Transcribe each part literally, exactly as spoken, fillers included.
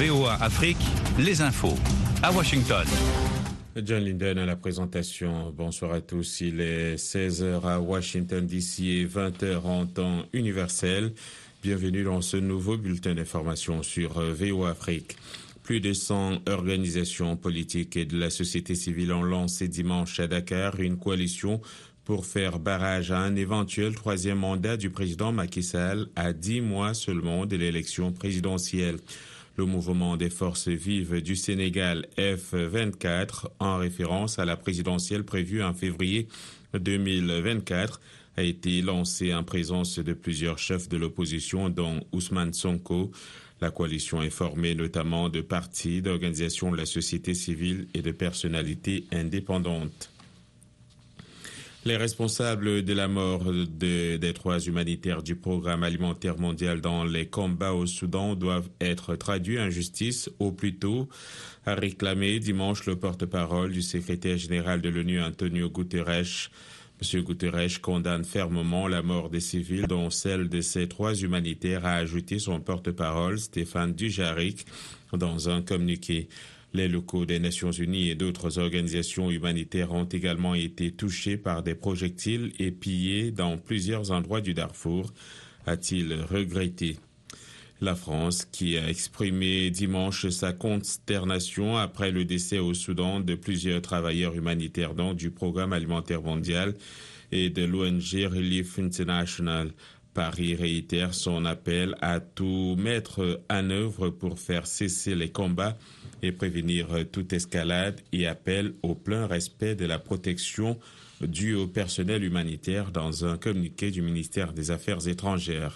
V O A Afrique, les infos. À Washington. John Linden à la présentation. Bonsoir à tous. Il est seize heures à Washington D C et vingt heures en temps universel. Bienvenue dans ce nouveau bulletin d'information sur V O A Afrique. Plus de cent organisations politiques et de la société civile ont lancé dimanche à Dakar une coalition pour faire barrage à un éventuel troisième mandat du président Macky Sall à dix mois seulement de l'élection présidentielle. Le mouvement des forces vives du Sénégal F vingt-quatre, en référence à la présidentielle prévue en février deux mille vingt-quatre, a été lancé en présence de plusieurs chefs de l'opposition, dont Ousmane Sonko. La coalition est formée notamment de partis, d'organisations de la société civile et de personnalités indépendantes. Les responsables de la mort de, des trois humanitaires du Programme alimentaire mondial dans les combats au Soudan doivent être traduits en justice au plus tôt, a réclamé dimanche le porte-parole du secrétaire général de l'ONU, Antonio Guterres. M. Guterres condamne fermement la mort des civils, dont celle de ces trois humanitaires, a ajouté son porte-parole, Stéphane Dujarric, dans un communiqué. Les locaux des Nations Unies et d'autres organisations humanitaires ont également été touchés par des projectiles et pillés dans plusieurs endroits du Darfour, a-t-il regretté. La France, qui a exprimé dimanche sa consternation après le décès au Soudan de plusieurs travailleurs humanitaires donc du Programme alimentaire mondial et de l'O N G Relief International. Paris réitère son appel à tout mettre en œuvre pour faire cesser les combats et prévenir toute escalade et appelle au plein respect de la protection due au personnel humanitaire dans un communiqué du ministère des Affaires étrangères.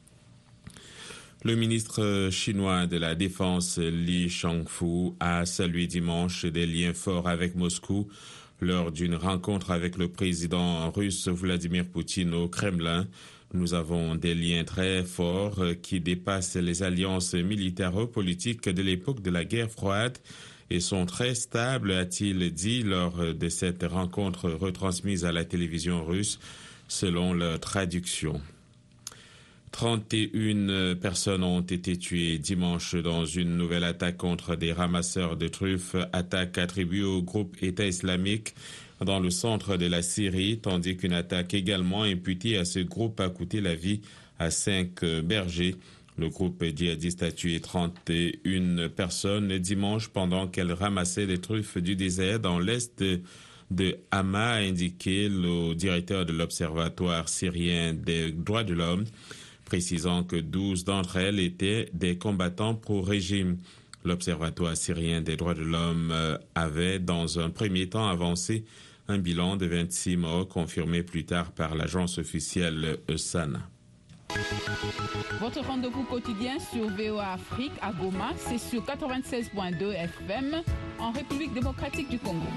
Le ministre chinois de la Défense, Li Shangfu, a salué dimanche des liens forts avec Moscou lors d'une rencontre avec le président russe Vladimir Poutine au Kremlin. Nous avons des liens très forts qui dépassent les alliances militaro-politiques de l'époque de la guerre froide et sont très stables, a-t-il dit lors de cette rencontre retransmise à la télévision russe, selon leur traduction. trente et une personnes ont été tuées dimanche dans une nouvelle attaque contre des ramasseurs de truffes, attaque attribuée au groupe État islamique dans le centre de la Syrie, tandis qu'une attaque également imputée à ce groupe a coûté la vie à cinq bergers. Le groupe djihadiste a tué trente et une personnes dimanche pendant qu'elles ramassaient des truffes du désert dans l'est de, de Hama, a indiqué le directeur de l'Observatoire syrien des droits de l'homme, précisant que douze d'entre elles étaient des combattants pro-régime. L'Observatoire syrien des droits de l'homme avait, dans un premier temps, avancé un bilan de vingt-six morts, confirmé plus tard par l'agence officielle E S A N A. Votre rendez-vous quotidien sur V O A Afrique à Goma, c'est sur quatre-vingt-seize point deux F M en République démocratique du Congo.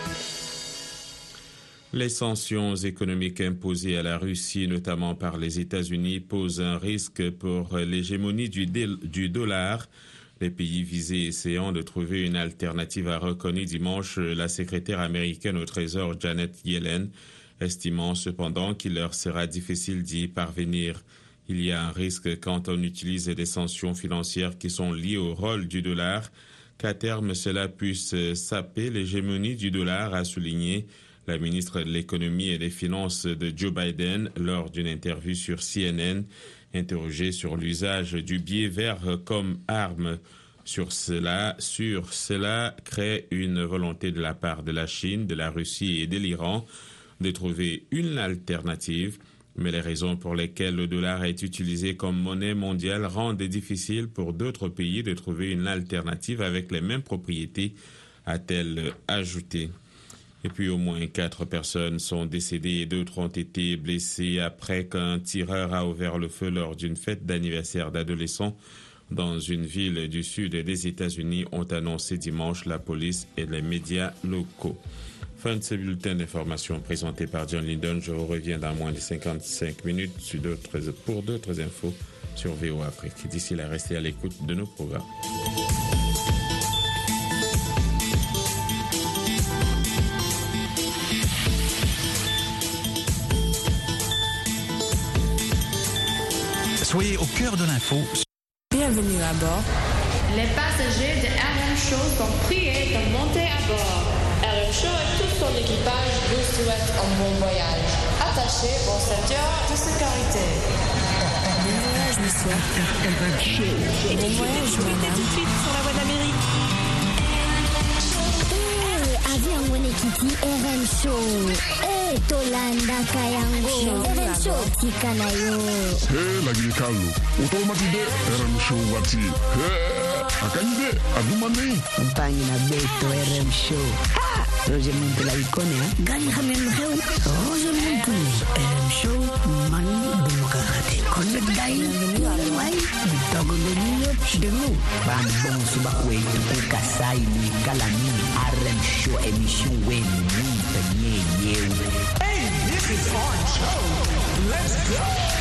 Les sanctions économiques imposées à la Russie, notamment par les États-Unis, posent un risque pour l'hégémonie du, du dollar. Les pays visés essayant de trouver une alternative a reconnu dimanche la secrétaire américaine au Trésor Janet Yellen, estimant cependant qu'il leur sera difficile d'y parvenir. Il y a un risque quand on utilise des sanctions financières qui sont liées au rôle du dollar, qu'à terme cela puisse saper l'hégémonie du dollar, a souligné la ministre de l'économie et des finances de Joe Biden lors d'une interview sur C N N. Interrogé sur l'usage du billet vert comme arme, sur cela, sur cela crée une volonté de la part de la Chine, de la Russie et de l'Iran de trouver une alternative, mais les raisons pour lesquelles le dollar est utilisé comme monnaie mondiale rendent difficile pour d'autres pays de trouver une alternative avec les mêmes propriétés, a-t-elle ajouté. Et puis au moins quatre personnes sont décédées et d'autres ont été blessées après qu'un tireur a ouvert le feu lors d'une fête d'anniversaire d'adolescents dans une ville du sud des États-Unis, ont annoncé dimanche la police et les médias locaux. Fin de ce bulletin d'information présenté par John Linden. Je vous reviens dans moins de cinquante-cinq minutes sur d'autres, pour d'autres infos sur V O A Afrique. D'ici là, restez à l'écoute de nos programmes. Soyez au cœur de l'info. Bienvenue à bord. Les passagers de R M Show sont priés de monter à bord. R M Show et tout son équipage vous souhaitent un bon voyage. Attachez vos ceintures de sécurité. Bon voyage, monsieur. R M Show. Bon voyage, madame. Tout de suite sur la voie d'Amérique. Avion wene kiti R M Show. Eh, Tolanda Kayango. R M Show tika na yo. Hey, lagi Carlo. Automatide R M Show wati. Hey, akanyide adumane. Mpanyi na beto R M Show. Ha! Roger Muntu la ikone, ha? Gani khamen kheu. Roger Muntu. R M Show mani demokrate. Konne dai. Wai. Bitogo de niyo chidelu. Bambon suba kwetu kukasai ni kalami. R M Show emission wen mwita nye nye. Hey, this is our show. Let's go.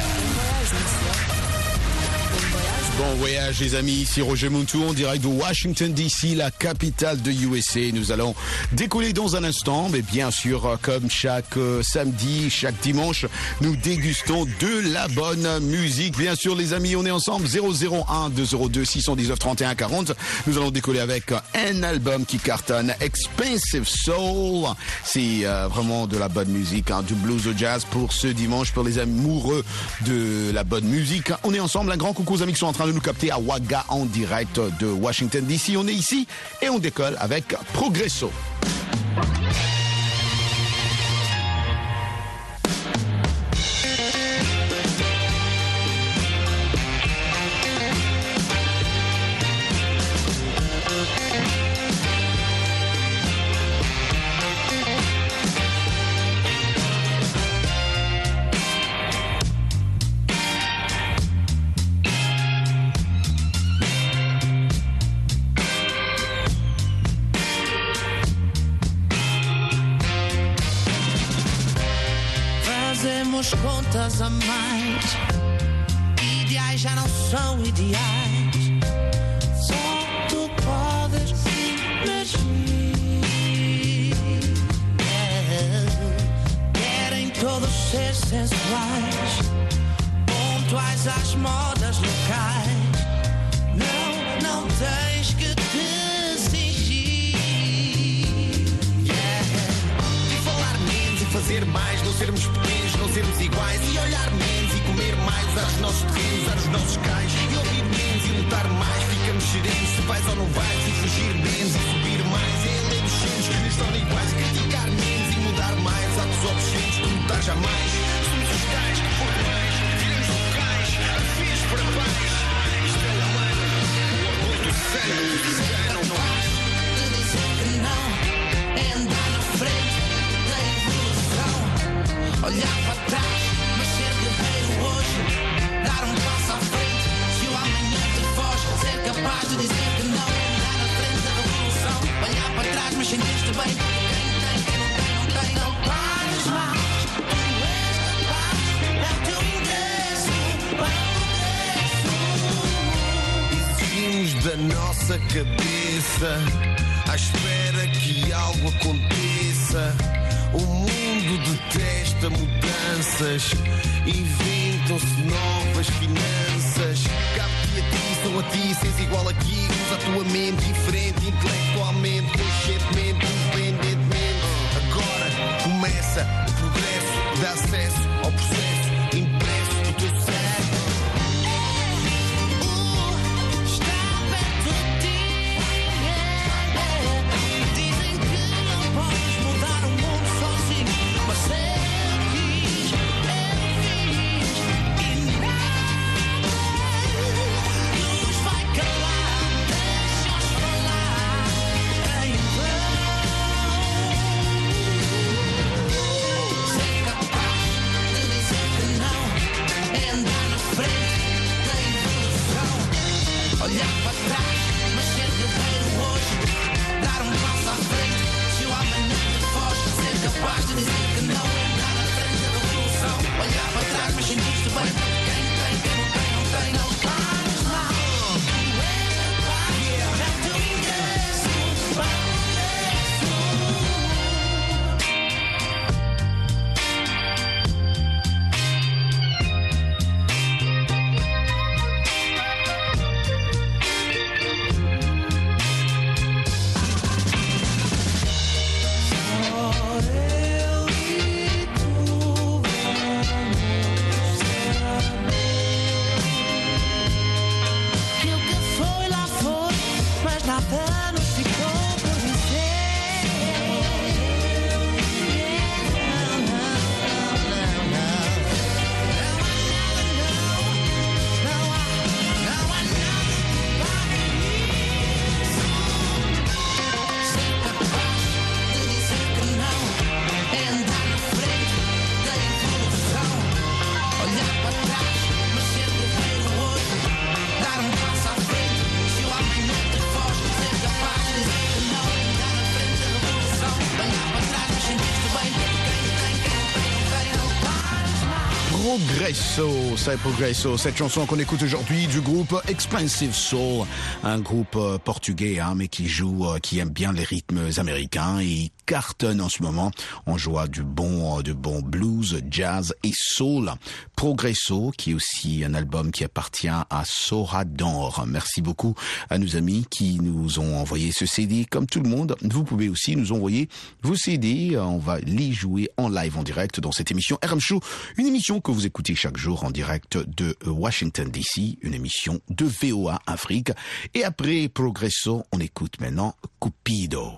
Bon voyage les amis, ici Roger Muntu en direct de Washington D C, la capitale de U S A. Nous allons décoller dans un instant, mais bien sûr comme chaque euh, samedi, chaque dimanche, nous dégustons de la bonne musique. Bien sûr les amis, on est ensemble zéro zéro un deux zéro deux six un neuf trente et un quarante. Nous allons décoller avec un album qui cartonne, Expensive Soul. C'est euh, vraiment de la bonne musique, hein, du blues au jazz pour ce dimanche, pour les amoureux de la bonne musique. On est ensemble, un grand coucou aux amis qui sont en train de nous capter à Wagga en direct de Washington D C. On est ici et on décolle avec Progresso. Fazemos contas a mais. Ideais já não são ideais. Só tu podes imagir. Yeah. Querem todos ser sensuais, pontuais às modas locais. Não, não tens que te cingir. Yeah. E falar menos e fazer mais, não sermos pequenos, não sermos iguais. E olhar menos e comer mais, usar os nossos terrenos, usar os nossos cais. E ouvir menos e lutar mais, ficamos serenos. Se vais ou não vais, e fugir menos e subir mais. E a lei dos cínios que nos torna iguais. Criticar menos e mudar mais, atos obscenos que lutar jamais. Somos os tais que por mais, viramos locais, fez para baixo. Isto é humano, o orgulho do sangue. Não faz de dizer que não, é andar na frente da evolução. Olhar para trás, mas ser guerreiro hoje. Dar um passo à frente, se o amanhã te foge. Ser capaz de dizer que não, é andar na frente da revolução. Olhar para trás, mas sentir-te bem. Quem tem, quem não tem, não tem. Não pares mais, tu és capaz. É o teu ingresso, é o ingresso. Exigimos da nossa cabeça, à espera que algo aconteça. O mundo detesta mudanças, inventam-se novas finanças. Capte a ti, são a ti, sês igual aqui. Usa a tua mente diferente, intelectualmente, conscientemente, independentemente. Agora começa o progresso, dá acesso ao processo impresso do teu cérebro. Está perto de ti. Dizem que não podes mudar o mundo sozinho, mas eu quis, eu fiz e nada nos vai calar. Deixa-os falar em vão. Ser capaz de dizer que Progresso, c'est Progresso, cette chanson qu'on écoute aujourd'hui du groupe Expensive Soul, un groupe euh, portugais hein, mais qui joue, euh, qui aime bien les rythmes américains et cartonne en ce moment. On joue du bon, du bon blues, jazz et soul. Progresso, qui est aussi un album qui appartient à Sorador. Merci beaucoup à nos amis qui nous ont envoyé ce C D. Comme tout le monde, vous pouvez aussi nous envoyer vos C D. On va les jouer en live, en direct dans cette émission R M Show. Une émission que vous écoutez chaque jour en direct de Washington D C. Une émission de V O A Afrique. Et après Progresso, on écoute maintenant Cupido.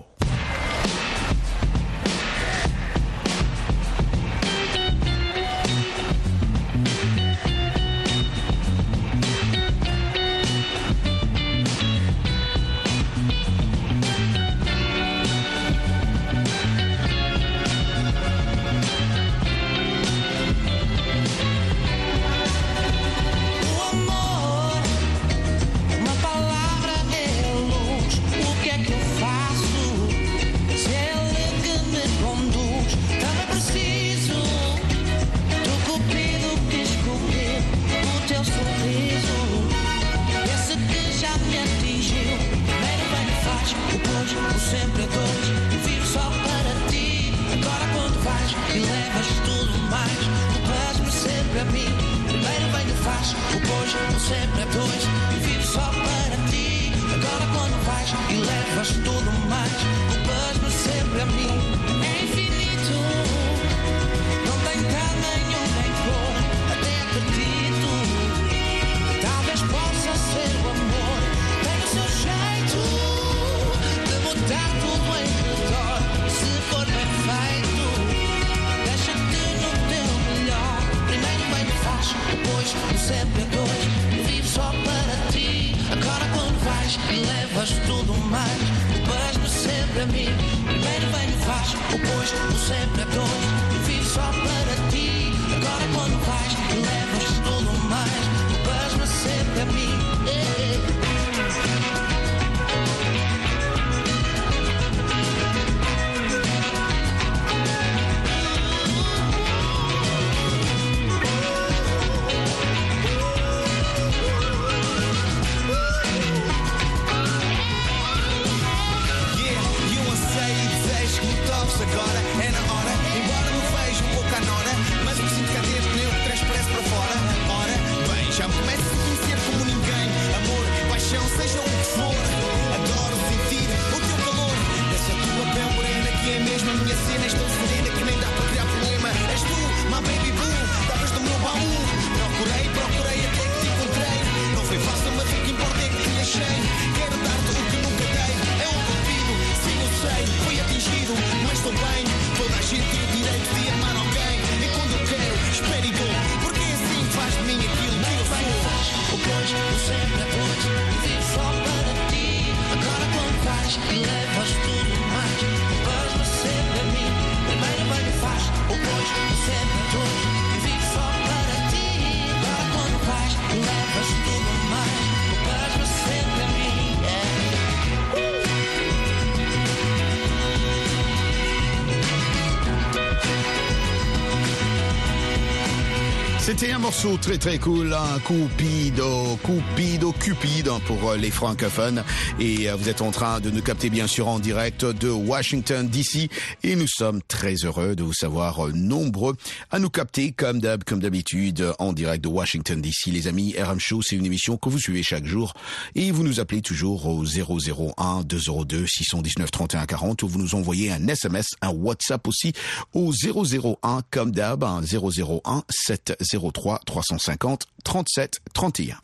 C'était un morceau très très cool, hein, Cupido, Cupido, Cupid pour les francophones. Et vous êtes en train de nous capter bien sûr en direct de Washington D C. Et nous sommes très heureux de vous savoir nombreux à nous capter comme d'hab, comme d'habitude en direct de Washington D C. Les amis, R M Show, c'est une émission que vous suivez chaque jour. Et vous nous appelez toujours au zéro zéro un deux zéro deux six un neuf trente et un quarante ou vous nous envoyez un S M S, un WhatsApp aussi au zéro zéro un comme d'hab, zéro zéro un sept zéro trois trois cent cinquante trente-sept trente et un.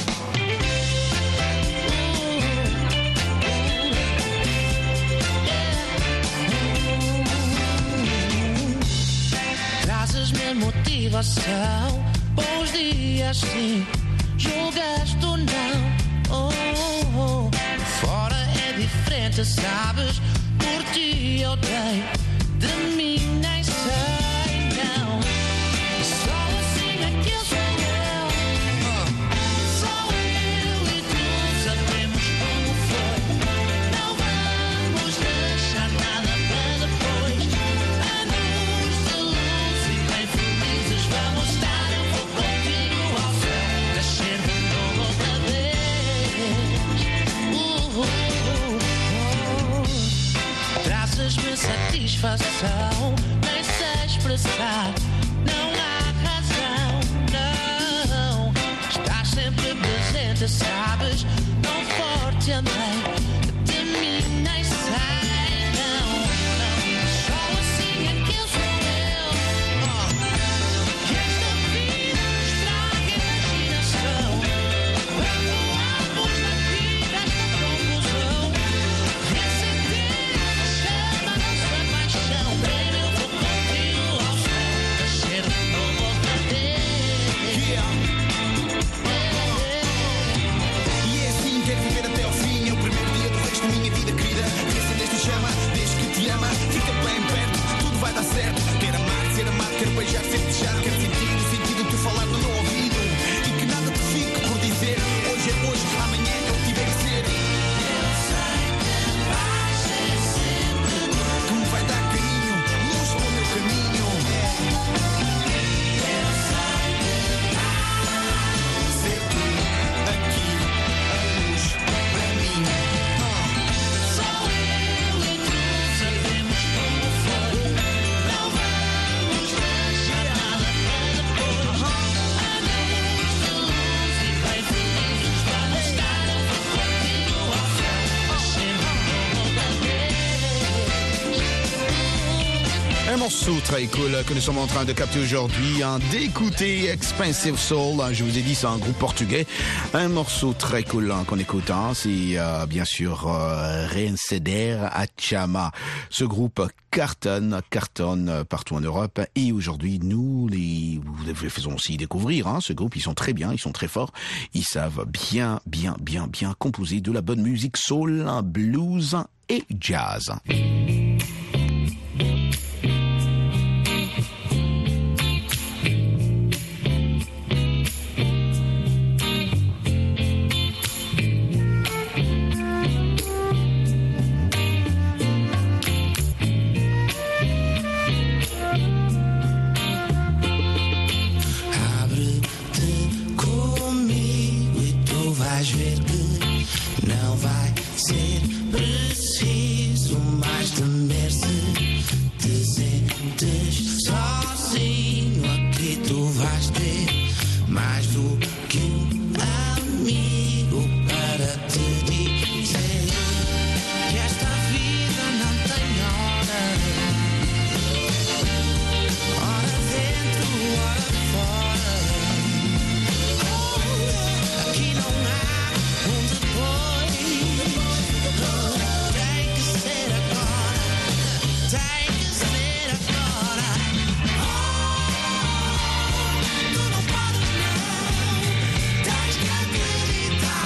Trazes-me motivação, bons dias sim, julgaste ou não, oh, oh, oh. Fora é diferente, sabes, por ti eu dei, de mim nem sei, não. Vamos estar satisfação, nem sei expressar, não há razão, não. Estás sempre presente, sabes, tão forte andei, de mim nem sei, não, não. Só assim é que eu sou eu, oh. Que esta vida estraga a imaginação, quando ambos na vida esta confusão, reacender a chama da nossa paixão, baby, eu vou contigo ao céu, nascer de novo outra vez. Yeah. E é assim, quero viver até ao fim. É o primeiro dia do resto da minha vida, querida. Reacendeste a chama, desde que te ama. Fica bem perto, tudo vai dar certo. Quero amar, ser amado, quero beijar, ser desejado. Quero sentir o sentido de tu falar no meu ouvido. E que nada te fique por dizer. Hoje é hoje, amanhã é o que tiver que ser. Eu sei que vai ser sempre Que me vai dar carinho, luz para o meu caminho. eu sei que Ser tu, aqui, a luz para mim. sou eu e tu sabemos como foi, não vamos deixar nada para depois. A luz de luz e bem felizes vamos estar, eu vou contigo ao céu, nascer de novo outra vez. Un morceau très cool que nous sommes en train de capter aujourd'hui, hein, d'écouter Expensive Soul. Hein, je vous ai dit, c'est un groupe portugais. Un morceau très cool hein, qu'on écoute, hein, c'est euh, bien sûr euh, Reacender a Chama. Ce groupe cartonne, cartonne euh, partout en Europe. Et aujourd'hui, nous les, vous les faisons aussi découvrir. Hein, ce groupe, ils sont très bien, ils sont très forts. Ils savent bien, bien, bien, bien composer de la bonne musique soul, blues et jazz. Abre-te comigo e tu vais ver que não vai ser preciso mais temer-se. Te sentes sozinho, aqui tu vais ter mais do que um amigo para te dizer que esta vida não tem hora, hora dentro, hora fora. Aqui não há um depois. Tem que ser agora, tem que ser agora. Oh, tu não podes não, tens que acreditar.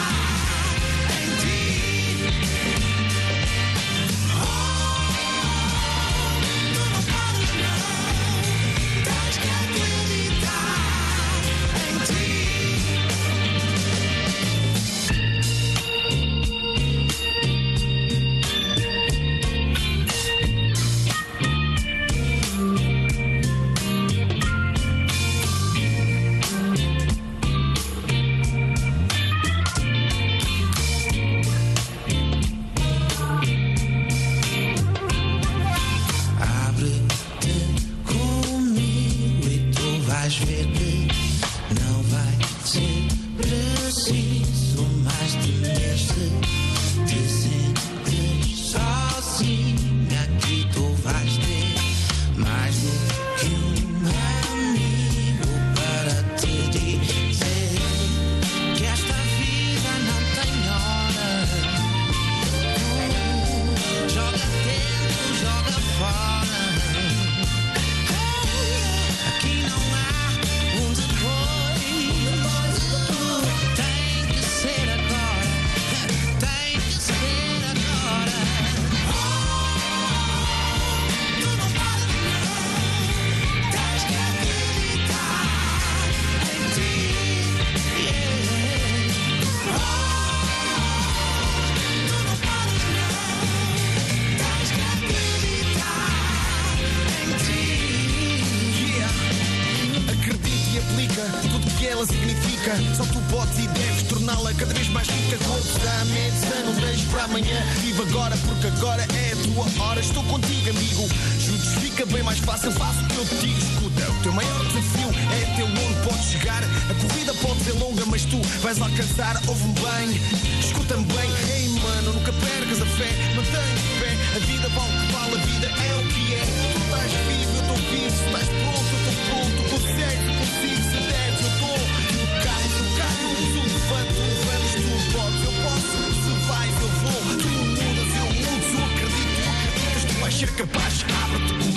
tudo que ela significa. Só tu podes e deves torná-la cada vez mais rica. Corpos à medicina, não deixes para amanhã. Vive agora porque agora é a tua hora. Estou contigo, amigo. Juntos fica bem mais fácil. Faço o que eu te digo, escuta. O teu maior desafio é até onde podes chegar. A corrida pode ser longa, mas tu vais alcançar. Ouve-me bem, escuta-me bem. Ei, mano, nunca percas a fé. Mantém de pé. A vida vale o que vale. A vida é o que é. Tu estás vivo, eu estou vivo. Se estás pronto, eu estou pronto. Consegues, eu consigo. Se deves, eu estou. Eu caio, eu caio. Tu levanto, tu levantas, tu podes. Eu posso. Se vais, eu vou. Tu mudas, eu mudo. Se eu acredito, tu acreditas. Tu vais ser capaz. Abre-te comigo.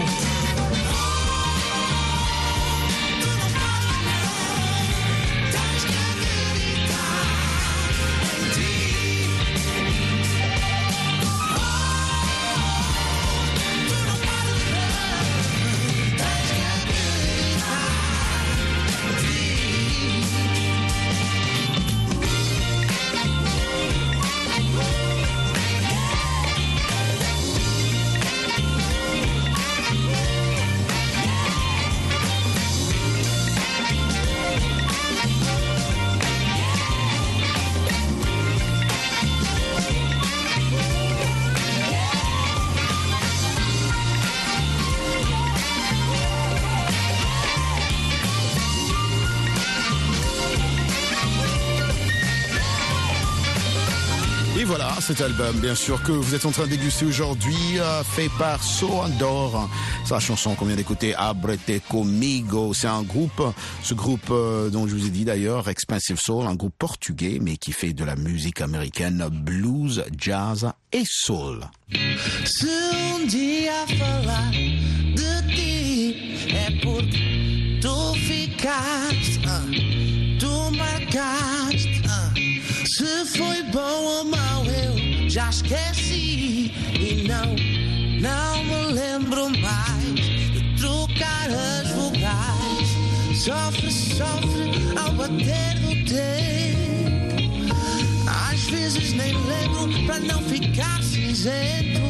Et voilà, cet album, bien sûr, que vous êtes en train de déguster aujourd'hui, euh, fait par Soandor. C'est la chanson qu'on vient d'écouter, Abrete Comigo. C'est un groupe, ce groupe euh, dont je vous ai dit d'ailleurs, Expensive Soul, un groupe portugais, mais qui fait de la musique américaine, blues, jazz et soul. Se um dia falar de ti é porque tu ficaste, uh, tu marcaste. Uh. Se foi bom ou mau eu já esqueci e não, não me lembro mais de trocar as vogais. Sofre, sofre ao bater do tempo. Às vezes nem lembro para não ficar cinzento.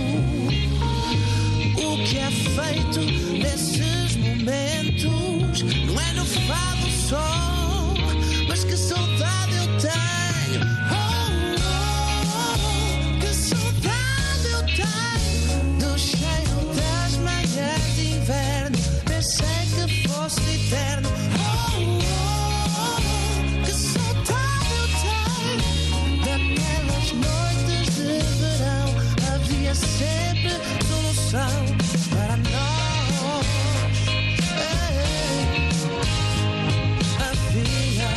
O que é feito nesses momentos não é no fado só, mas que saudade eu tenho. Oh, oh, oh, que saudade eu tenho do cheiro das manhãs de inverno. Pensei que fosse eterno. Oh, oh, oh, que saudade eu tenho daquelas noites de verão. Havia sempre solução para nós. Ei, havia.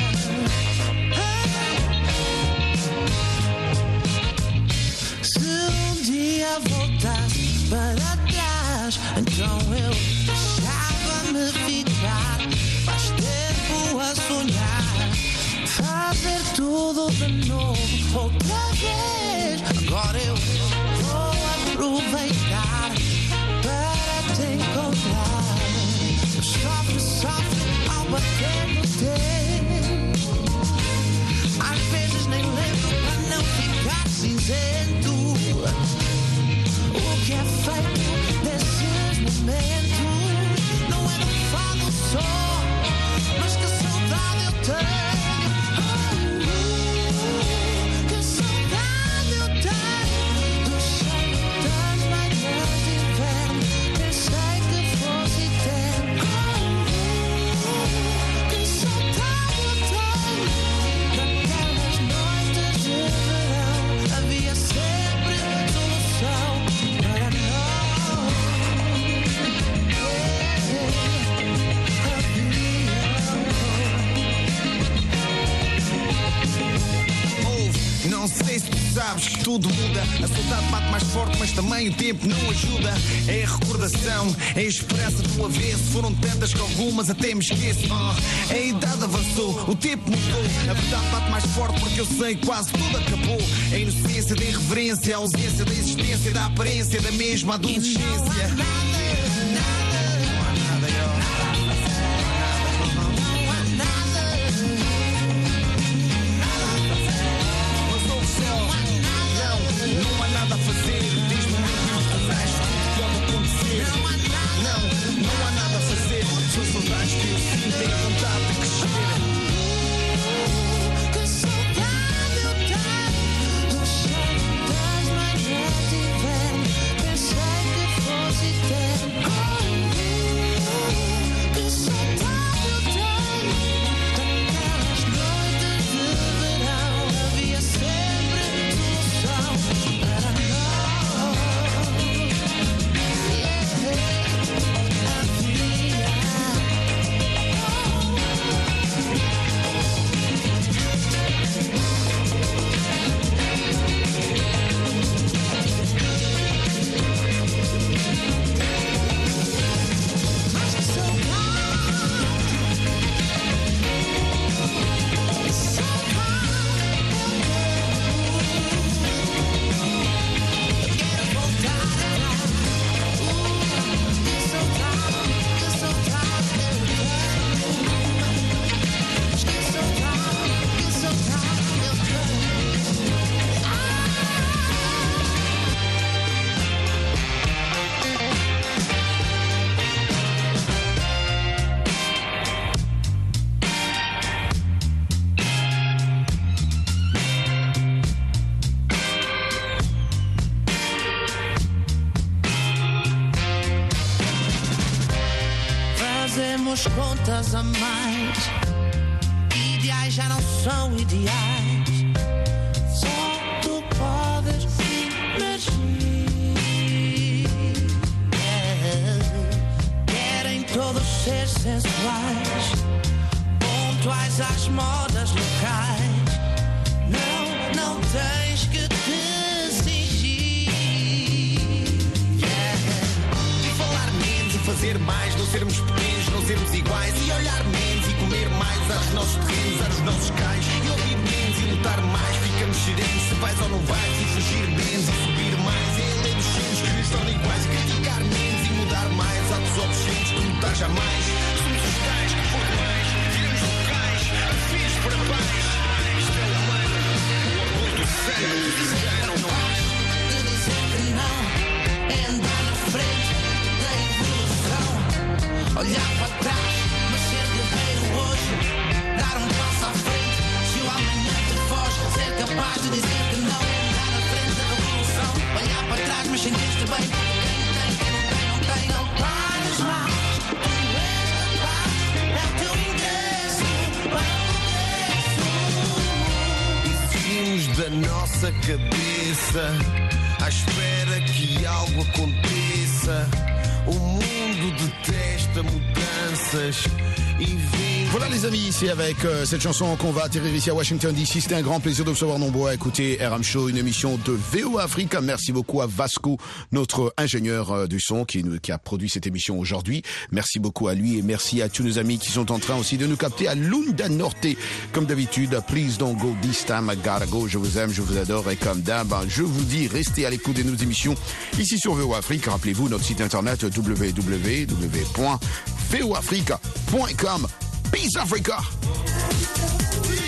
Se um dia voltasse para trás, então eu deixava-me ficar. Faz tempo a sonhar, fazer tudo de novo outra vez. Agora eu vou aproveitar para te encontrar. Sofre, sofre ao bater no tempo. Às vezes nem lembro para não ficar cinzento. O que é feito desses momentos não é no fado só, mas que saudade eu tenho. Oh, que saudade eu tenho do cheiro das manhãs de inverno. Pensei que fosse eterno. Oh, que saudade eu tenho daquelas noites de verão. Havia sempre solução para nós. Ouve, não sei se tu sabes que tudo muda. A saudade bate mais forte, mas também o tempo não ajuda. É a recordação, é a esperança do avesso. Foram tantas que algumas até me esqueço. Oh, a idade avançou, o tempo mudou. A verdade bate mais forte porque eu sei que quase tudo acabou. A inocência da irreverência, a ausência da existência, da aparência da mesma adolescência. Não há nada a fazer, desde o momento que nasce, tudo pode acontecer. Não, não há nada a fazer, são saudades que eu sinto, tenho vontade de crescer. as contas a mais. Ideais já não são ideais. Só tu podes emergir. Yeah. Querem todos ser sensuais, pontuais às modas locais. Não, não tens que te exigir. Yeah. E falar menos e fazer mais, não sermos pequenos, não sermos iguais. E olhar menos e comer mais aos nossos terrenos, aos nossos cais. E ouvir menos e lutar mais, ficamos serenos. Se vais ou não vais, e fugir menos e subir mais. É a lei dos céus que nos torna iguais. E criticar menos e mudar mais. Atos obscenos que lutar jamais. Somos os tais que por mais viramos locais, afins para paz. Isto é humano, o orgulho do sangue cigano. De dizer que não é andar na frente da evolução. Olhar para trás, mas ser guerreiro hoje. Dar um passo à frente, se o amanhã te foge. Ser capaz de dizer que não é andar na frente da revolução. Olhar para trás, mas sentir-te bem. Quem tem, quem não tem, não tem, não pares mais. Tu és capaz, é o teu ingresso para o progresso. E seguimos da nossa cabeça, à espera que algo aconteça. O mundo detesta mudanças e vem. Voilà les amis, c'est avec euh, cette chanson qu'on va atterrir ici à Washington D C. C'était un grand plaisir de vous savoir nombreux à écouter R M Show, une émission de V O Afrique. Merci beaucoup à Vasco, notre ingénieur euh, du son qui, qui a produit cette émission aujourd'hui. Merci beaucoup à lui et merci à tous nos amis qui sont en train aussi de nous capter à Lunda Norte. Comme d'habitude, please don't go this time, I gotta go. Je vous aime, je vous adore et comme d'hab, je vous dis, restez à l'écoute de nos émissions ici sur V O Afrique. Rappelez-vous notre site internet w w w point v o afrique point com. Peace Africa!